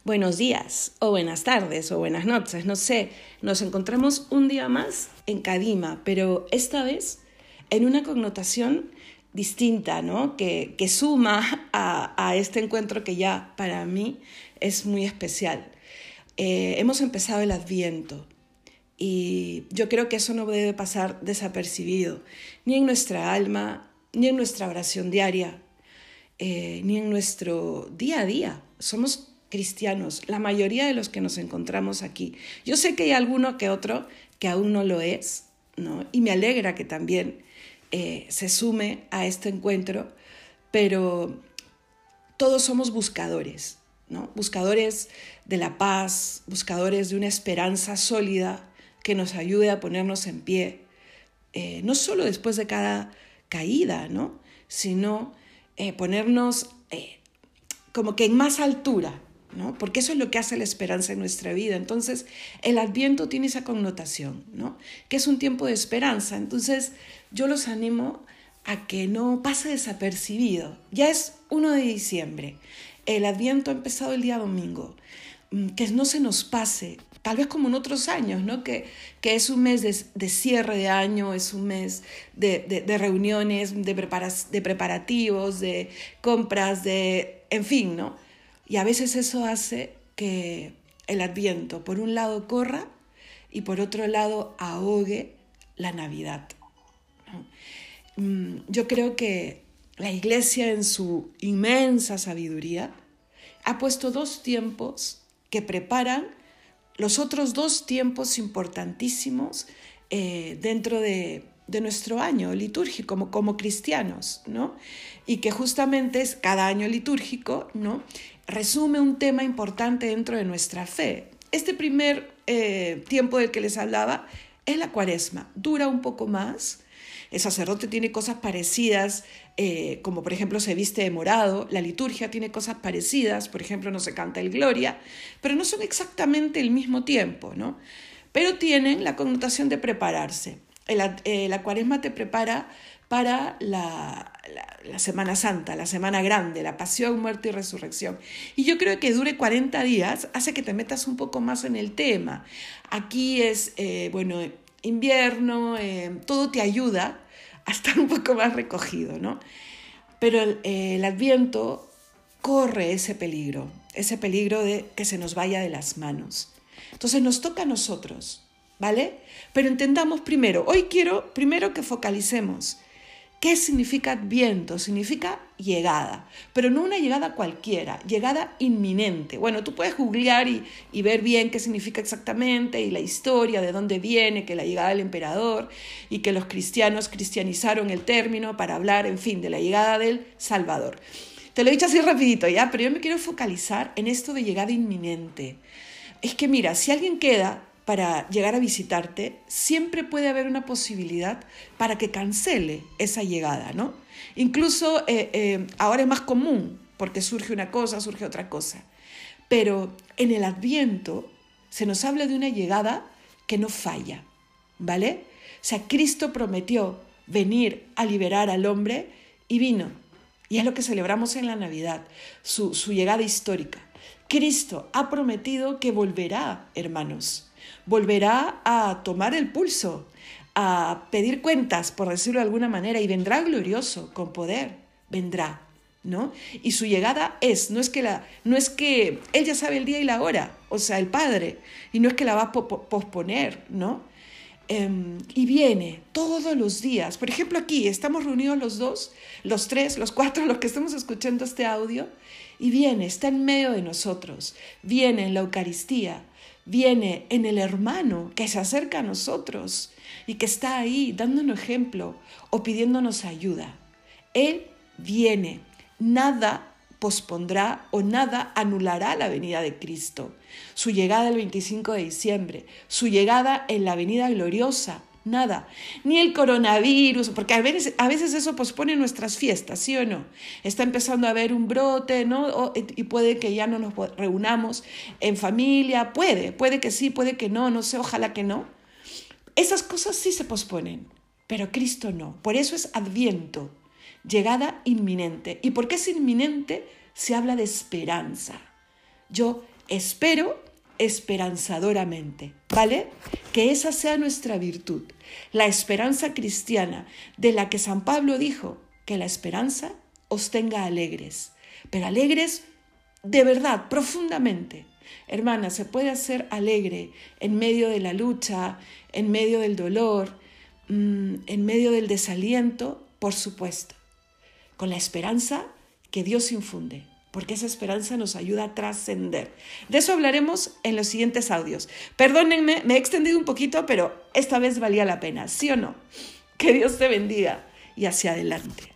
Buenos días, o buenas tardes, o buenas noches, no sé. Nos encontramos un día más en Kadima, pero esta vez en una connotación distinta, ¿no? Que suma a este encuentro que ya para mí es muy especial. Hemos empezado el Adviento y yo creo que eso no debe pasar desapercibido, ni en nuestra alma, ni en nuestra oración diaria, ni en nuestro día a día. Somos cristianos, la mayoría de los que nos encontramos aquí. Yo sé que hay alguno que otro que aún no lo es, ¿no? Y me alegra que también se sume a este encuentro, pero todos somos buscadores, ¿no? Buscadores de la paz, buscadores de una esperanza sólida que nos ayude a ponernos en pie, no solo después de cada caída, ¿no? Sino ponernos como que en más altura, ¿no? Porque eso es lo que hace la esperanza en nuestra vida. Entonces, el Adviento tiene esa connotación, ¿no? Que es un tiempo de esperanza. Entonces, yo los animo a que no pase desapercibido. Ya es 1 de diciembre. El Adviento ha empezado el día domingo. Que no se nos pase, tal vez como en otros años, ¿no? Que es un mes de cierre de año, es un mes de reuniones, de preparativos, de compras, en fin, ¿no? Y a veces eso hace que el Adviento, por un lado, corra y por otro lado, ahogue la Navidad, ¿no? Yo creo que la Iglesia, en su inmensa sabiduría, ha puesto 2 tiempos que preparan los otros 2 tiempos importantísimos dentro de nuestro año litúrgico como cristianos, ¿no? Y que justamente es cada año litúrgico, ¿no? Resume un tema importante dentro de nuestra fe. Este primer tiempo del que les hablaba es la Cuaresma, dura un poco más. El sacerdote tiene cosas parecidas, como por ejemplo se viste de morado. La liturgia tiene cosas parecidas, por ejemplo no se canta el Gloria, pero no son exactamente el mismo tiempo, ¿no? Pero tienen la connotación de prepararse. La Cuaresma te prepara para la Semana Santa, la Semana Grande, la Pasión, Muerte y Resurrección. Y yo creo que dure 40 días, hace que te metas un poco más en el tema. Aquí es, invierno, todo te ayuda a estar un poco más recogido, ¿no? Pero el Adviento corre ese peligro de que se nos vaya de las manos. Entonces nos toca a nosotros, ¿vale? Pero entendamos primero, hoy quiero primero que focalicemos qué significa Adviento. Significa llegada, pero no una llegada cualquiera, llegada inminente. Bueno, tú puedes googlear y ver bien qué significa exactamente y la historia, de dónde viene, que la llegada del emperador y que los cristianos cristianizaron el término para hablar, en fin, de la llegada del Salvador. Te lo he dicho así rapidito, ¿ya? Pero yo me quiero focalizar en esto de llegada inminente. Es que mira, si alguien queda para llegar a visitarte, siempre puede haber una posibilidad para que cancele esa llegada, ¿no? Incluso ahora es más común porque surge una cosa, surge otra cosa. Pero en el Adviento se nos habla de una llegada que no falla, ¿vale? O sea, Cristo prometió venir a liberar al hombre y vino. Y es lo que celebramos en la Navidad, su llegada histórica. Cristo ha prometido que volverá, hermanos. Volverá a tomar el pulso, a pedir cuentas, por decirlo de alguna manera, y vendrá glorioso, con poder, vendrá, ¿no? Y su llegada no es que Él ya sabe el día y la hora, o sea, el Padre, y no es que la va a posponer, ¿no? Y viene todos los días. Por ejemplo, aquí estamos reunidos los 2, los 3, los 4, los que estamos escuchando este audio, y viene, está en medio de nosotros, viene en la Eucaristía, viene en el hermano que se acerca a nosotros y que está ahí dándonos ejemplo o pidiéndonos ayuda. Él viene, nada pospondrá o nada anulará la venida de Cristo. Su llegada el 25 de diciembre, su llegada en la venida gloriosa, nada. Ni el coronavirus, porque a veces eso pospone nuestras fiestas, ¿sí o no? Está empezando a haber un brote, ¿no? Y puede que ya no nos reunamos en familia, puede que sí, puede que no sé, ojalá que no. Esas cosas sí se posponen, pero Cristo no. Por eso es Adviento. Llegada inminente. ¿Y por qué es inminente? Se habla de esperanza. Yo espero esperanzadoramente, ¿vale? Que esa sea nuestra virtud, la esperanza cristiana, de la que San Pablo dijo que la esperanza os tenga alegres, pero alegres de verdad, profundamente. Hermana, se puede ser alegre en medio de la lucha, en medio del dolor, en medio del desaliento, por supuesto, con la esperanza que Dios infunde, porque esa esperanza nos ayuda a trascender. De eso hablaremos en los siguientes audios. Perdónenme, me he extendido un poquito, pero esta vez valía la pena, ¿sí o no? Que Dios te bendiga y hacia adelante.